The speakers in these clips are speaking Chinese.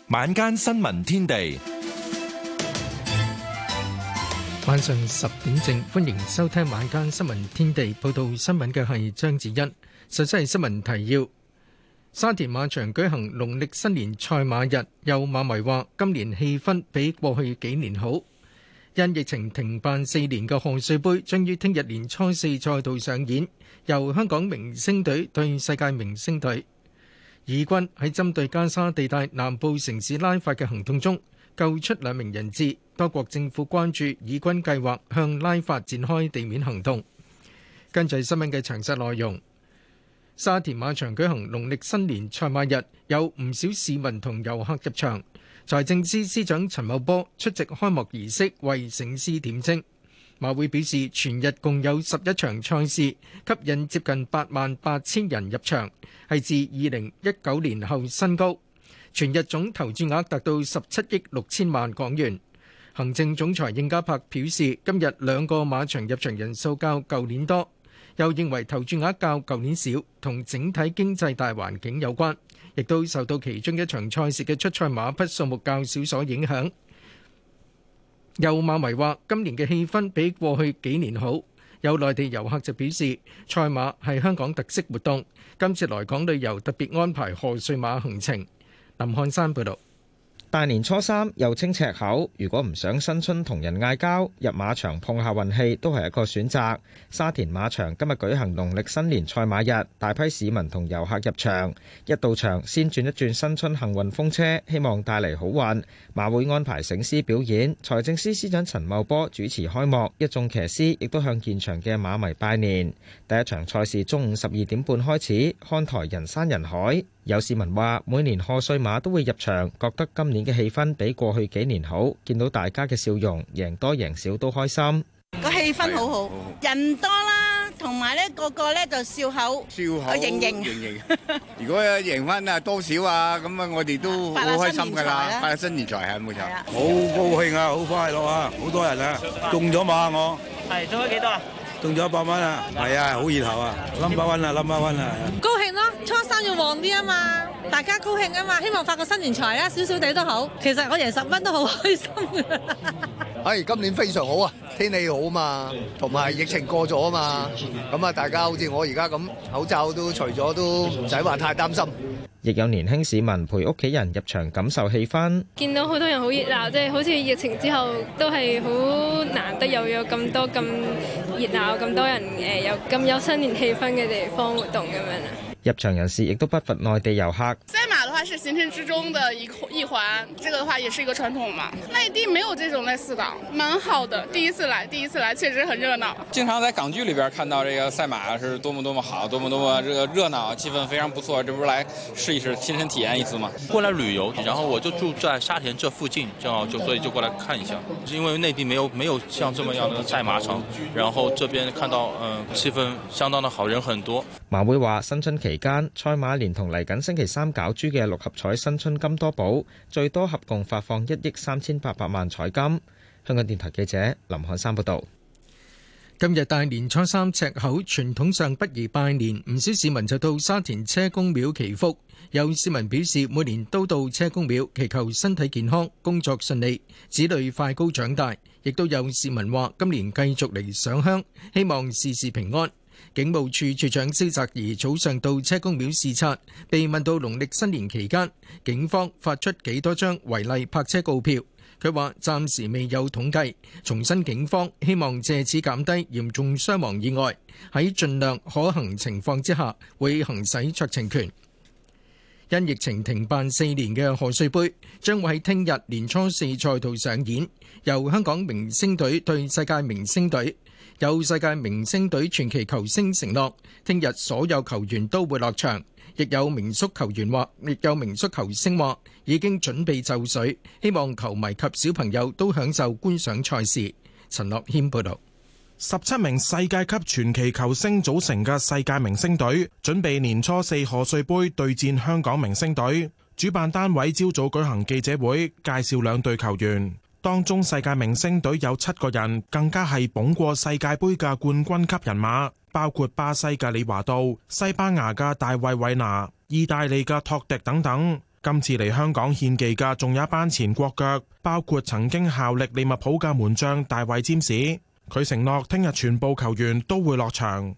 晚間新聞天地， 晚上10點正，歡迎收聽晚間新聞天地。報道新聞嘅係張子欣。首先係新聞提要：沙田馬場舉行農曆新年賽馬日，有馬迷話今年氣氛比過去幾年好。因疫情停辦4年嘅賀歲盃，將於聽日年初4再度上演，由香港明星隊對世界明星隊。以軍喺針對加沙地帶南部城市拉法嘅行動中，救出2名人質。多國政府關注以軍計劃向拉法展開地面行動。跟住新聞嘅詳細內容。沙田馬場舉行農曆新年賽馬日，有唔少市民同遊客入場。財政司司長陳茂波出席開幕儀式，為醒獅點睛。馬會表示，全日共有11場賽事，吸引接近88000人入場，係自2019年後新高。全日總投注額達到17億6千萬港元。行政總裁應家柏表示，今日2個馬場入場人數較舊年多，又認為投注額較舊年少，同整體經濟大環境有關，亦都受到其中一場賽事嘅出賽馬匹數目較少所影響。有馬迷話今年嘅氣氛比過去幾年好。有內地遊客就表示，賽馬係香港特色活動，今次來港旅遊特別安排賀歲馬行程。林漢山報導。 大年初三又稱赤口，如果唔想新春同人嗌交，入馬場碰下運氣都係一個選擇。沙田馬場今日舉行農曆新年賽馬日，大批市民同遊客入場。一到場先轉一轉新春幸運風車，希望帶嚟好運。馬會安排醒獅表演，財政司司長陳茂波主持開幕，一眾騎師亦都向現場嘅馬迷拜年。第一場賽事中午12點半開始，看台人山人海。有市民話每年賀歲馬都會入場，覺得今年嘅氣氛比過去幾年好，見到大家嘅笑容，贏多贏少都開心。 個氣氛好好，人多啦，同埋咧個個咧就笑口盈盈。 如果贏翻啊多少啊，咁啊我哋都好開心噶啦，發新年財係冇錯。 好高興啊，好快樂啊，好多人啊，中咗馬我係中咗幾多啊？ 中咗100蚊啊！係啊，好熱頭啊，number one啊，number one啊！ 高興咯，初三要旺啲啊嘛，大家高興啊嘛，希望發個新年財啦，少少地都好。其實我贏10蚊都好開心嘅。 係今年非常好啊，天氣好啊嘛，同埋疫情過咗啊嘛，咁啊大家好似我而家咁，口罩都除咗都唔使話太擔心。 亦有年輕市民陪屋企人入場感受氣氛， 見到好多人好熱鬧，即係好似疫情之後都係好難得又有咁多咁熱鬧咁多人有咁有新年氣氛嘅地方活動咁樣啊！ 入場人士亦都不乏內地遊客。 賽馬的話是行程之中的一環，這個的話也是一個傳統嘛。內地沒有這種類似的，蠻好的。第一次來，確實很熱鬧。 經常在港劇裏邊看到這個賽馬是多麼好，多麼這個熱鬧，氣氛非常不錯。這不是來試一試，親身體驗一次嗎？ 過來旅遊，然後我就住在沙田這附近，正好所以就過來看一下。因為內地沒有像這麼樣的賽馬場，然後這邊看到氣氛相當的好，人很多。 馬會話新春期間賽馬連同嚟緊星期3攪珠嘅6合彩新春金多寶，最多合共發放1億3800萬彩金。香港電台記者林漢山報道。 今日大年初三赤口，傳統上不宜拜年，唔少市民就到沙田車公廟祈福。有市民表示每年都到車公廟祈求身體健康、工作順利、子女快高長大。亦都有市民話今年繼續嚟上香，希望事事平安。警務處處長蕭澤頤早上到車公廟視察，被問到農曆新年期間警方發出幾多張違例泊車告票，佢話暫時未有統計，重申警方希望借此減低嚴重傷亡意外，喺盡量可行情況之下會行使酌情權。因疫情停辦4年嘅賀歲盃將會喺聽日年初4再度上演，由香港明星隊對世界明星隊。有世界明星隊傳奇球星承諾，聽日所有球員都會落場。亦有名宿球星話，已經準備就緒，希望球迷及小朋友都享受觀賞賽事。陳樂謙報導。 17名世界級傳奇球星組成嘅世界明星隊，準備年初4賀歲盃對戰香港明星隊。主辦單位朝早舉行記者會，介紹2隊球員。當中世界明星隊有7個人，更加係捧過世界盃嘅冠軍級人馬，包括巴西嘅李華道、西班牙嘅大衛韋拿、意大利嘅托迪等等。 今次嚟香港獻技嘅仲有一班前國腳，包括曾經效力利物浦嘅門將大衛詹士。佢承諾聽日全部球員都會落場。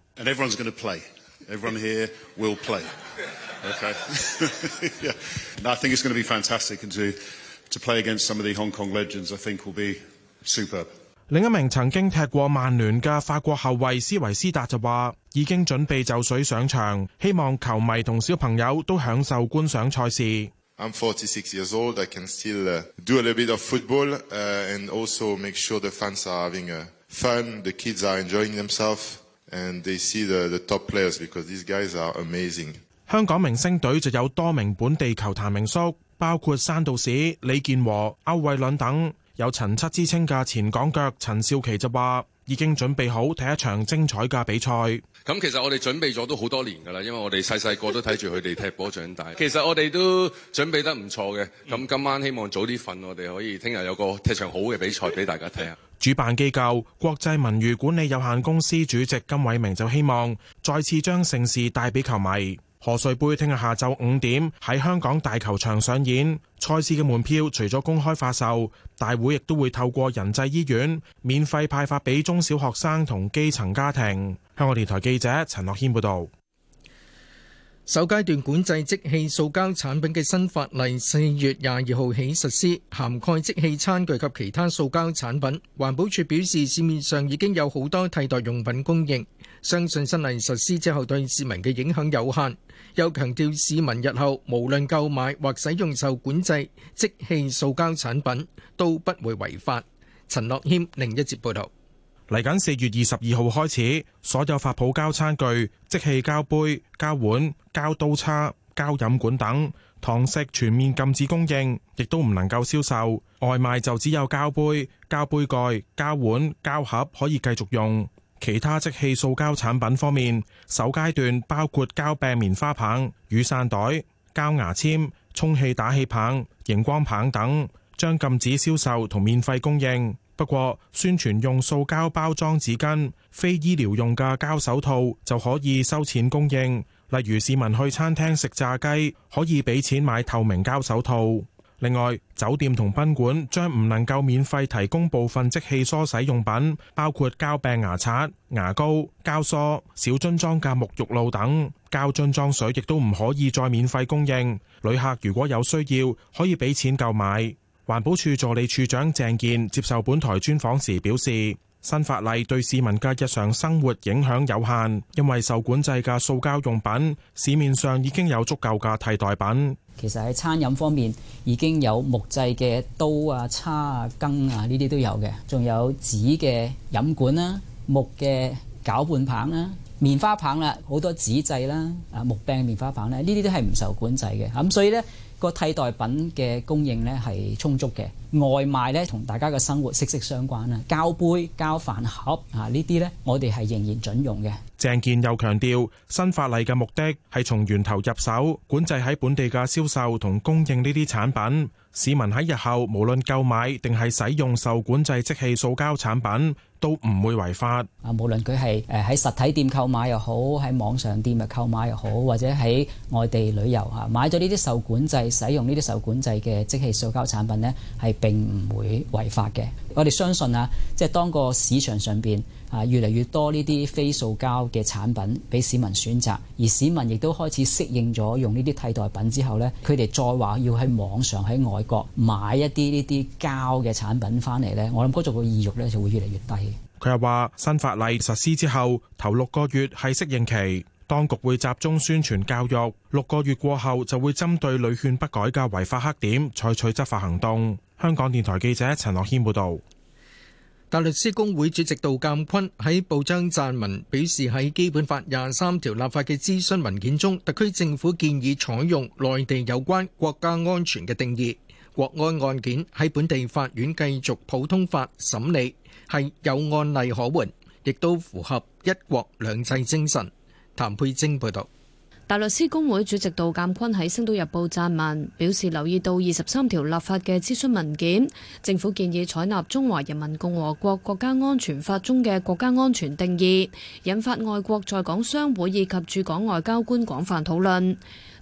Everyone here will play. Okay. Yeah. I think it's going to be fantastic, and to play against some of the Hong Kong legends, I think will be superb. 另一名曾經踢過曼聯嘅法國後衛斯維斯達就話，已經準備就緒上場，希望球迷同小朋友都享受觀賞賽事。 I'm 46 years old. I can still do a little bit of football and also make sure the fans are having fun. The kids are enjoying themselves.And they see the top players because these guys are amazing. 香港明星隊就有多名本地球壇名宿，包括山道士、李健和、歐偉倫等。有陳七之稱嘅前港腳陳少琪就話，已經準備好睇一場精彩嘅比賽。 咁其實我哋準備咗都好多年㗎啦，因為我哋細個都睇住佢哋踢波長大。其實我哋都準備得唔錯嘅。咁今晚希望早啲瞓，我哋可以聽日有個踢場好嘅比賽俾大家睇下。 主辦機構國際文娛管理有限公司主席金偉明就希望再次將盛事帶俾球迷。賀歲杯聽日下晝5點喺香港大球場上演，賽事嘅門票除咗公開發售，大會亦都會透過仁濟醫院免費派發俾中小學生同基層家庭。香港電台記者陳樂軒報導。 首階段管制即棄塑膠產品嘅新法例4月22號起實施，涵蓋即棄餐具及其他塑膠產品。環保署表示，市面上已經有好多替代用品供應，相信新例實施之後對市民嘅影響有限。又強調市民日後無論購買或使用受管制即棄塑膠產品都不會違法。陳樂謙另一節報導。 嚟緊4月22號開始，所有發泡膠餐具、即棄膠杯、膠碗、膠刀叉、膠飲管等堂食全面禁止供應，亦都唔能夠銷售。外賣就只有膠杯、膠杯蓋、膠碗、膠盒可以繼續用。其他即棄塑膠產品方面，首階段包括膠柄棉花棒、雨傘袋、膠牙籤、充氣打氣棒、熒光棒等，將禁止銷售同免費供應。不過，宣傳用塑膠包裝紙巾、非醫療用嘅膠手套就可以收錢供應。例如市民去餐廳食炸雞，可以俾錢買透明膠手套。另外，酒店同賓館將唔能夠免費提供部分即棄梳洗用品，包括膠柄牙刷、牙膏、膠梳、小樽裝嘅沐浴露等。膠樽裝水亦都唔可以再免費供應。旅客如果有需要，可以俾錢購買。環保署助理處長鄭健接受本台專訪時表示，新法例對市民嘅日常生活影響有限，因為受管制嘅塑膠用品市面上已經有足夠嘅替代品。 其實喺餐飲方面已經有木製嘅刀啊、叉啊、羹啊呢啲都有嘅，仲有紙嘅飲管啦、木嘅攪拌棒啦、棉花棒啦，好多紙製啦、木柄棉花棒咧，呢啲都係唔受管制嘅。咁所以呢個替代品嘅供應呢係充足嘅。外賣呢同大家嘅生活息息相關啦，膠杯、膠飯盒呢啲呢，我哋係仍然準用嘅。 鄭健又強調，新法例嘅目的係從源頭入手，管制喺本地嘅銷售同供應呢啲產品。市民喺日後無論購買定係使用受管制即棄塑膠產品，都唔會違法。 無論佢係喺實體店購買又好，喺網上店嘅購買又好，或者喺外地旅遊買咗呢啲受管制、使用呢啲受管制嘅即棄塑膠產品呢，係並唔會違法嘅。我哋相信即係當個市場上邊越嚟越多呢啲非塑膠嘅產品俾市民選擇，而市民亦都開始適應咗用呢啲替代品之後呢，佢哋再話要喺網上喺外國買一啲呢啲膠嘅產品翻嚟呢，我諗嗰種個意欲呢就會越嚟越低。 佢又話，新法例實施之後，頭6個月係適應期，當局會集中宣傳教育，6個月過後就會針對屢勸不改嘅違法黑點採取執法行動。香港電台記者陳樂軒報導。 大律師公會主席杜鑑坤喺報章撰文表示，喺基本法23條立法嘅諮詢文件中，特區政府建議採用內地有關國家安全嘅定義，國安案件喺本地法院繼續普通法審理係有案例可援，亦都符合一國兩制精神。譚佩晶報導。 大律師公會主席杜鑑坤喺《星島日報》撰文，表示留意到23條立法嘅諮詢文件，政府建議採納《中華人民共和國國家安全法》中嘅國家安全定義，引發外國在港商會以及駐港外交官廣泛討論。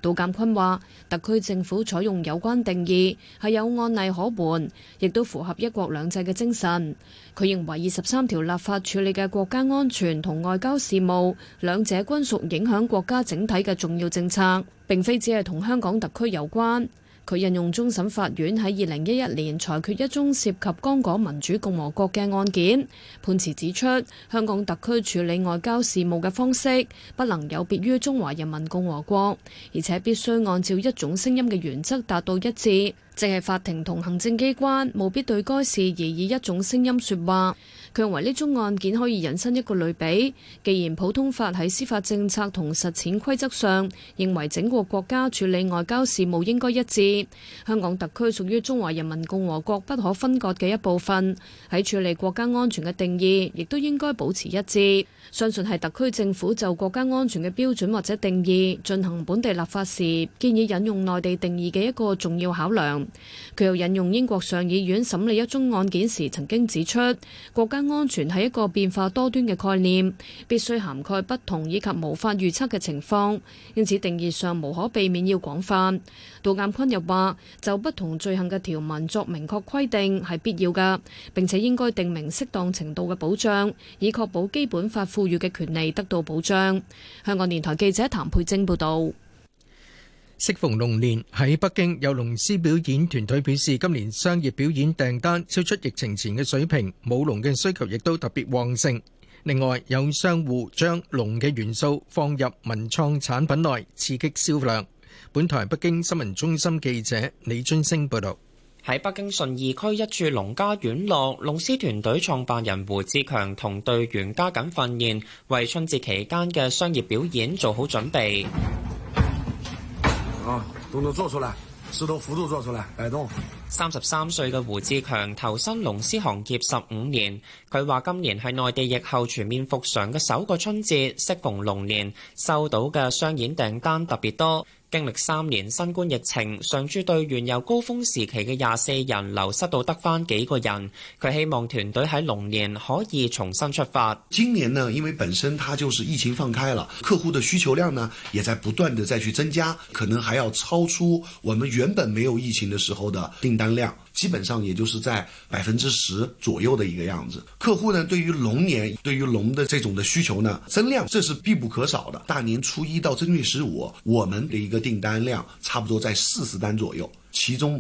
杜鑑坤話：特區政府採用有關定義係有案例可援，亦都符合一國兩制嘅精神。佢認為23條立法處理嘅國家安全同外交事務，兩者均屬影響國家整體嘅重要政策，並非只係同香港特區有關。佢引用終審法院喺2011年裁決一宗涉及剛果民主共和國嘅案件，判詞指出，香港特區處理外交事務嘅方式不能有別於中華人民共和國，而且必須按照一種聲音嘅原則達到一致，即係法庭同行政機關務必對該事而以一種聲音說話。佢認為呢宗案件可以引申一個類比，既然普通法喺司法政策同實踐規則上認為整個國家處理外交事務應該一致，香港特區屬於中華人民共和國不可分割嘅一部分，喺處理國家安全嘅定義亦都應該保持一致。相信係特區政府就國家安全嘅標準或者定義進行本地立法時，建議引用內地定義嘅一個重要考量。佢又引用英國上議院審理一宗案件時曾經指出，國家安全係一個變化多端嘅概念，必須涵蓋不同以及無法預測嘅情況，因此定義上無可避免要廣泛。杜鑑坤又話，就不同罪行嘅條文作明確規定係必要㗎，並且應該定明適當程度嘅保障，以確保基本法賦予嘅權利得到保障。香港電台記者譚佩貞報導。 適逢龍年，喺北京有龍獅表演團隊表示，今年商業表演訂單超出疫情前嘅水平，舞龍嘅需求亦都特別旺盛。另外，有商戶將龍嘅元素放入文創產品內，刺激銷量。本台北京新聞中心記者李津升報道。 喺北京順義區一處農家院落，龍獅團隊創辦人胡志強同隊員加緊訓練，為春節期間嘅商業表演做好準備。 動作做出來，勢頭幅度做出來，擺動。 33歲嘅胡志強投身龍獅行業15年，佢話今年係內地疫後全面復常嘅首個春節，適逢龍年，收到嘅商演訂單特別多。經歷3年新冠疫情，常駐隊員由高峰時期嘅24人流失到得返幾個人。佢希望團隊喺龍年可以重新出發。 今年呢，因為本身它就是疫情放開了，客戶的需求量呢也在不斷的再去增加，可能還要超出我們原本沒有疫情的時候的訂單量，基本上也就是在10%左右的一個樣子。客戶呢對於龍年，對於龍的這種的需求呢增量，這是必不可少的。大年初一到正月15，我們的一個訂單量差不多在40單左右，其中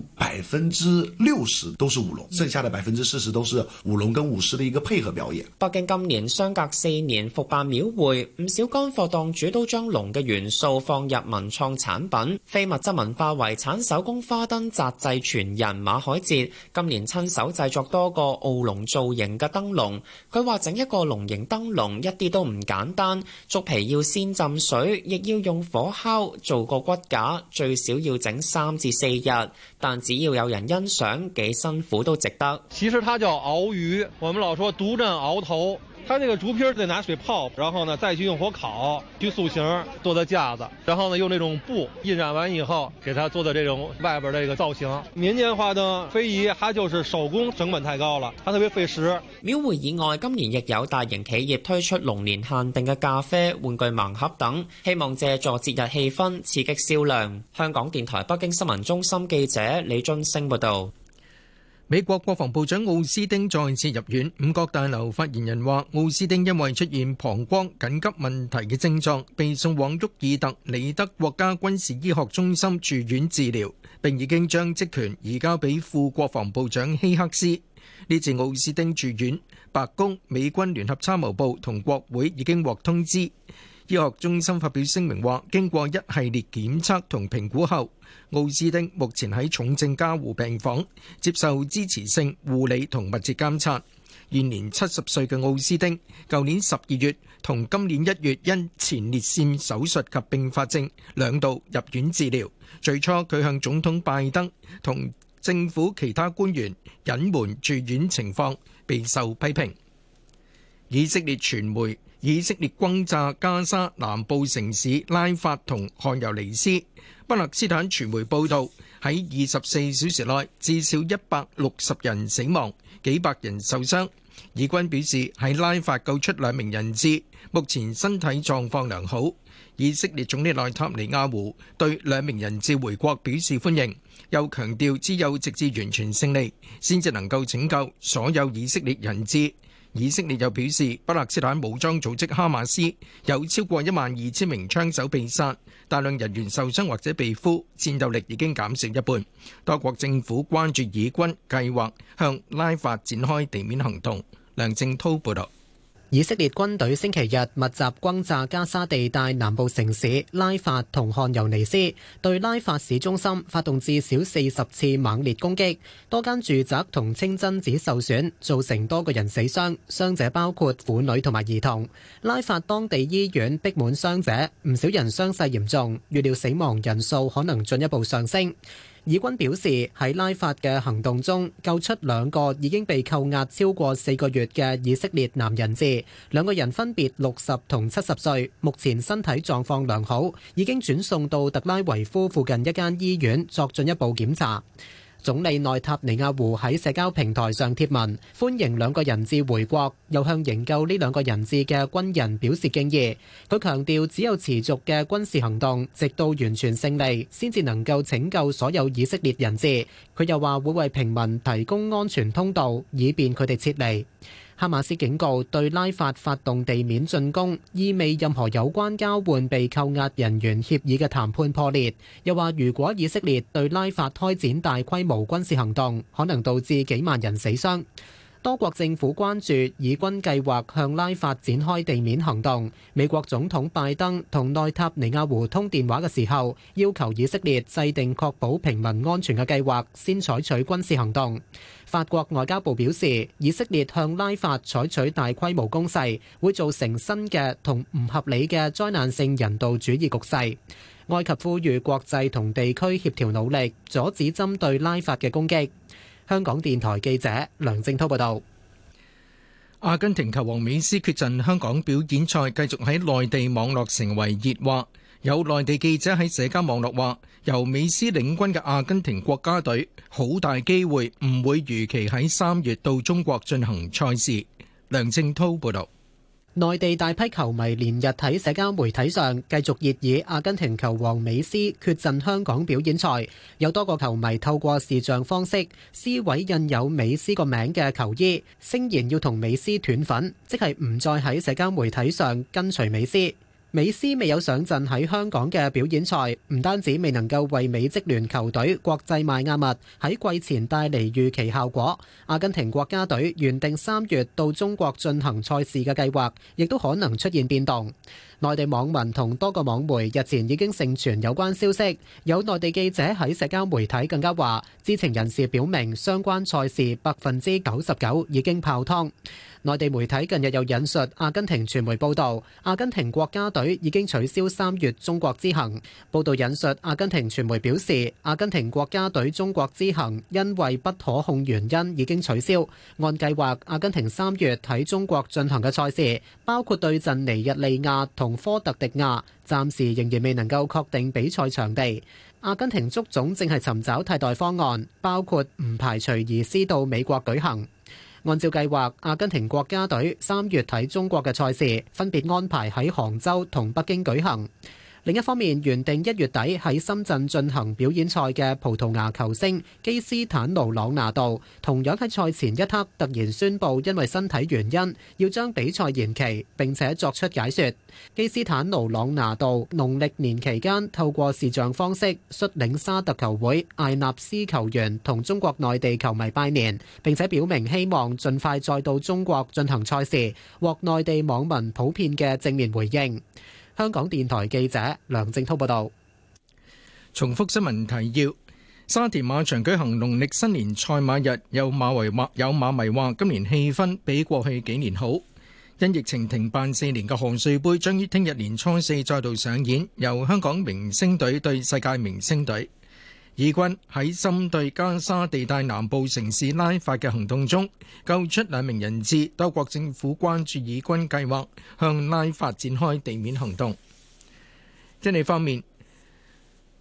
60%都是舞龍，剩下的40%都是舞龍跟舞獅的一個配合表演。 北京今年相隔4年復辦廟會，唔少乾貨檔主都將龍嘅元素放入文創產品。非物質文化遺產手工花燈紮製傳人馬海哲今年親手製作多個奧龍造型嘅燈籠。佢話整一個龍形燈籠一啲都唔簡單，竹皮要先浸水，亦要用火烤，做個骨架，最少要整3至4日。但只要有人欣賞，幾辛苦都值得。 其實它叫鰲魚，我們老說獨佔鰲頭。它這個竹皮得拿水泡，然後呢再去用火烤，去塑形，做的架子，然後呢用那種布印染完以後，給它做的這種外邊的這個造型。民間花燈非遺，它就是手工成本太高了，它特別費時。 廟會以外，今年亦有大型企業推出龍年限定嘅咖啡、玩具盲盒等，希望借助節日氣氛刺激銷量。香港電台北京新聞中心記者李津升報道。 美國國防部長奧斯汀再次入院，五角大樓發言人話，奧斯汀因為出現膀胱緊急問題嘅症狀，被送往沃爾特里德國家軍事醫學中心住院治療，並已經將職權移交俾副國防部長希克斯。呢次奧斯汀住院，白宮、美軍聯合參謀部同國會已經獲通知。醫學中心發表聲明話，經過一系列檢測同評估後，奧斯汀目前喺重症加護病房接受支持性護理同密切監察。現年70歲嘅奧斯汀，舊年12月同今年1月因前列腺手術及併發症2度入院治療。最初佢向總統拜登同政府其他官員隱瞞住院情況，備受批評。以色列轟炸加沙南部城市拉法同汗尤尼斯。巴勒斯坦傳媒報道， 喺24小時內至少160人死亡，幾百人受傷。以軍表示喺拉法救出2名人質，目前身體狀況良好。以色列總理內塔尼亞胡對2名人質回國表示歡迎，又強調只有直至完全勝利，先至能夠拯救所有以色列人質。以色列又表示，巴勒斯坦武裝組織哈馬斯有超過12000名槍手被殺，大量人員受傷或者被俘，戰鬥力已經減少一半。多國政府關注以軍計劃向拉法展開地面行動。梁正滔報導。 以色列軍隊星期日密集轟炸加沙地帶南部城市拉法同漢尤尼斯，對拉法市中心發動至少40次猛烈攻擊，多間住宅同清真寺受損，造成多個人死傷，傷者包括婦女同埋兒童。拉法當地醫院逼滿傷者，唔少人傷勢嚴重，預料死亡人數可能進一步上升。以軍表示喺拉法嘅行動中救出2個已經被扣押超過4個月嘅以色列男人質，2個人分別60同70歲，目前身體狀況良好，已經轉送到特拉維夫附近一間醫院作進一步檢查。總理內塔尼亞胡喺社交平台上貼文，歡迎2個人質回國，又向營救呢2個人質嘅軍人表示敬意。佢強調，只有持續嘅軍事行動，直到完全勝利，先至能夠拯救所有以色列人質。佢又話會為平民提供安全通道，以便佢哋撤離。哈馬斯警告，對拉法發動地面進攻，意味任何有關交換被扣押人員協議嘅談判破裂。又話如果以色列對拉法開展大規模軍事行動，可能導致幾萬人死傷。多國政府關注以軍計劃向拉法展開地面行動。美國總統拜登同內塔尼亞胡通電話嘅時候，要求以色列制定確保平民安全嘅計劃，先採取軍事行動。法國外交部表示，以色列向拉法採取大規模攻勢，會造成新嘅同唔合理嘅災難性人道主義局勢。埃及呼籲國際同地區協調努力，阻止針對拉法嘅攻擊。香港電台記者梁正滔報導。 阿根廷球王美斯缺陣香港表演賽，繼續喺內地網絡成為熱話。有內地記者喺社交網絡話，由美斯領軍嘅阿根廷國家隊好大機會唔會如期喺3月到中國進行賽事。梁正滔報導。 內地大批球迷連日喺社交媒體上繼續熱議阿根廷球王美斯缺陣香港表演賽，有多個球迷透過視像方式撕毀印有美斯個名嘅球衣，聲言要同美斯斷粉，即係唔再喺社交媒體上跟隨美斯。美斯未有上陣喺香港嘅表演賽，唔單止未能夠為美職聯球隊國際邁阿密喺季前帶嚟預期效果，阿根廷國家隊原定3月到中國進行賽事嘅計劃，亦都可能出現變動。內地網民同多個網媒日前已經盛傳有關消息，有內地記者喺社交媒體更加話，知情人士表明相關賽事99%已經泡湯。內地媒體近日又引述阿根廷傳媒報導，阿根廷國家隊已經取消3月中國之行。報導引述阿根廷傳媒表示，阿根廷國家隊中國之行因為不可控原因已經取消。按計劃，阿根廷3月喺中國進行嘅賽事，包括對陣尼日利亞同科特迪亞，暫時仍然未能夠確定比賽場地。阿根廷足總正係尋找替代方案，包括唔排除移師到美國舉行。按照計劃，阿根廷國家隊3月喺中國嘅賽事分別安排喺杭州同北京舉行。另一方面，原定1月底喺深圳進行表演賽嘅葡萄牙球星基斯坦奴·朗拿度，同樣喺賽前一刻突然宣布因為身體原因要將比賽延期，並且作出解說。基斯坦奴·朗拿度農曆年期間透過視像方式率領沙特球會艾納斯球員同中國內地球迷拜年，並且表明希望盡快再到中國進行賽事，獲內地網民普遍嘅正面回應。香港電台記者梁正滔報導。 重複新聞提要：沙田馬場舉行農曆新年賽馬日，有馬迷話今年氣氛比過去幾年好。因疫情停辦4年嘅賀歲盃將於聽日年初4再度上演，由香港明星隊對世界明星隊。以軍喺針對加沙地帶南部城市拉法嘅行動中救出2名人質，多國政府關注以軍計劃向拉法展開地面行動。天氣方面，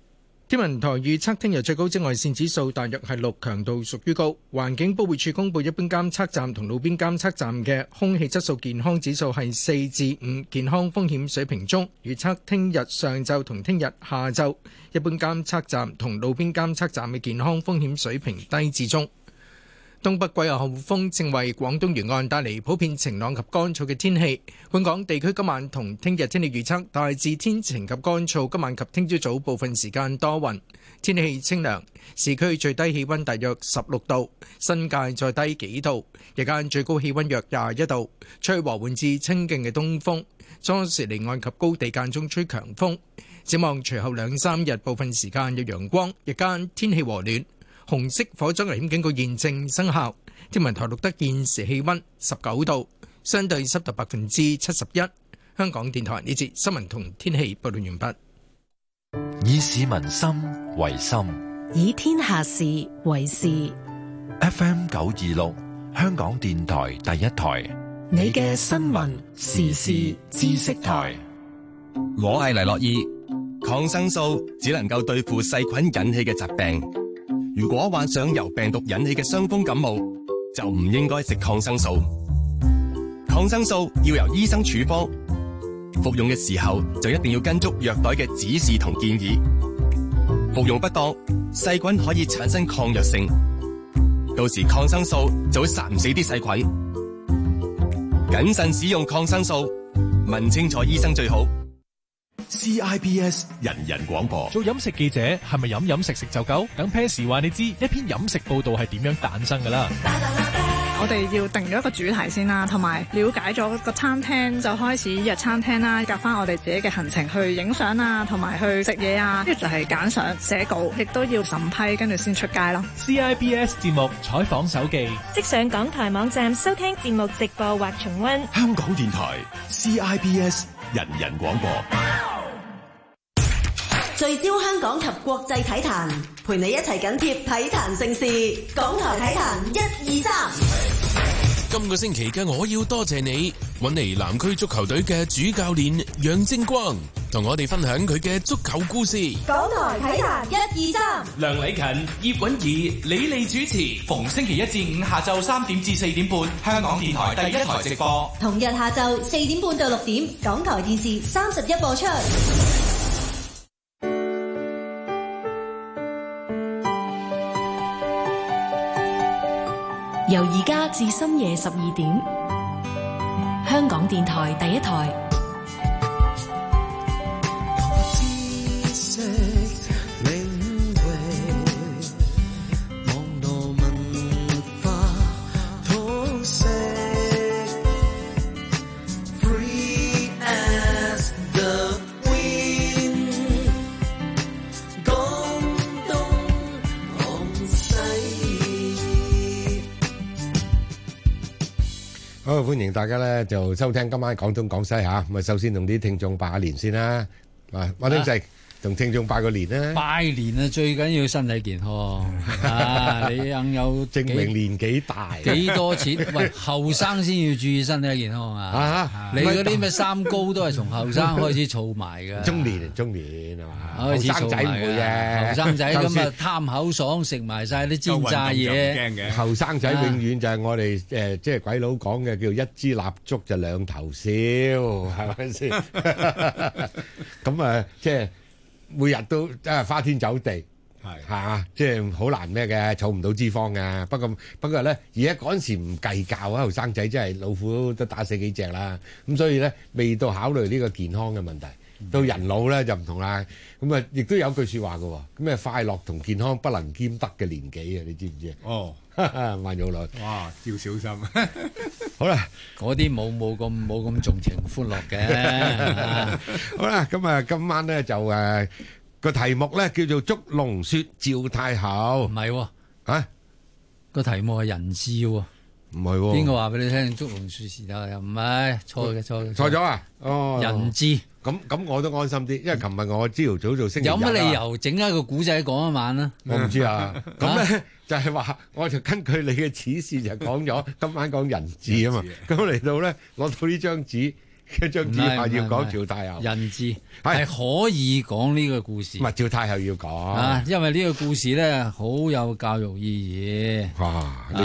天文台預測聽日最高紫外線指數大約係6，強度屬於高。環境保護署公佈一般監測站同路邊監測站嘅空氣質素健康指數係4至5，健康風險水平中。預測聽日上晝同聽日下晝，一般監測站同路邊監測站嘅健康風險水平低至中。東北季候風正為廣東沿岸帶嚟普遍晴朗及乾燥嘅天氣。本港地區今晚同聽日天氣預測大致天晴及乾燥，今晚及聽朝早部分時間多雲，天氣清涼。市區最低氣溫大約16度，新界再低幾度。日間最高氣溫約21度，吹和緩至清勁嘅東風，初時離岸及高地間中吹強風。展望隨後2、3日部分時間有陽光，日間天氣和暖。紅色火災危險警告現正生效。天文台錄得現時氣溫19度，相對濕度71%。香港電台呢節新聞同天氣報道完畢。 以市民心為心， 以天下事為事。 FM 926，香港電台第一台， 你嘅新聞時事知識台。 我係黎諾懿，抗生素只能夠對付細菌引起嘅疾病。如果患上由病毒引起嘅傷風感冒，就唔應該食抗生素。抗生素要由醫生處方，服用嘅時候就一定要跟足藥袋嘅指示同建議。服用不當，細菌可以產生抗藥性，到時抗生素就會殺唔死啲細菌。謹慎使用抗生素，問清楚醫生最好。 CIBS 人人廣播。 做飲食記者係咪飲飲食食就夠？等 Pansy 話你知一篇飲食報道係點樣誕生㗎啦。 我哋要定咗一個主題先啦，同埋了解咗個餐廳，就開始約餐廳啦，夾翻我哋自己嘅行程去影相啊，同埋去食嘢啊，跟住就係揀相寫稿，亦都要審批，跟住先出街咯。 CIBS 節目採訪手記， 即上港台網站收聽節目直播或重溫。 香港電台 CIBS 人人廣播。 聚焦香港及國際體壇，陪你一齊緊貼體壇盛事。港台體壇1、2、3。 今個星期嘅我要多謝你，搵嚟南區足球隊嘅主教練楊正光，同我哋分享佢嘅足球故事。 港台體壇1、2、3。 梁禮勤、葉韻儀、李利主持，逢星期1至5下晝3點至4點半，香港電台第一台直播。 同日下晝4點半到6點，港台電視31播出。 由而家至深夜12點，香港電台第一台。 好，歡迎大家咧就收聽今晚廣東廣西嚇。咁啊，首先同啲聽眾拜下年先啦。啊，溫丁石同聽眾拜個年啦。 拜年啊，最緊要身體健康啊！你有證明年紀大， 幾多錢？喂，後生先要注意身體健康啊！你嗰啲咩三高都係從後生開始儲埋㗎。 中年係嘛？ 開始儲埋㗎。後生仔唔會嘅，後生仔咁啊貪口爽，食埋晒啲煎炸嘢。 後生仔永遠就係我哋即係鬼佬講嘅叫一支蠟燭就兩頭燒，係咪先？咁啊，即係。每日都真係花天酒地，係嚇，即係好難咩嘅，儲唔到脂肪嘅。不過咧，而家嗰陣時唔計較啊，後生仔真係老虎都打死幾隻啦。咁所以咧，未到考慮呢個健康嘅問題，到人老咧就唔同啦。咁啊，亦都有句説話嘅喎，咩快樂同健康不能兼得嘅年紀啊，你知唔知啊？哦，萬玉來， 哇，要小心。 好啦， 嗰啲冇咁盡情歡樂嘅。 好啦，咁啊，今晚咧就個題目咧叫做捉龍説趙太后。 唔係喎，啊個題目係人質喎。 唔係喎， 邊個話俾你聽捉龍説時代又唔係錯咗啊？哦， 人質。 咁我都安心啲，因為琴日我朝頭早做星期日有乜理由整一個古仔講一晚啊？ 我唔知啊。咁咧就係話，我就根據你嘅指示就講咗今晚講人質啊嘛。咁嚟到咧攞到呢張紙， 張紙話要講趙太后人質係可以講呢個故事。 唔係趙太后要講因為呢個故事咧好有教育意義。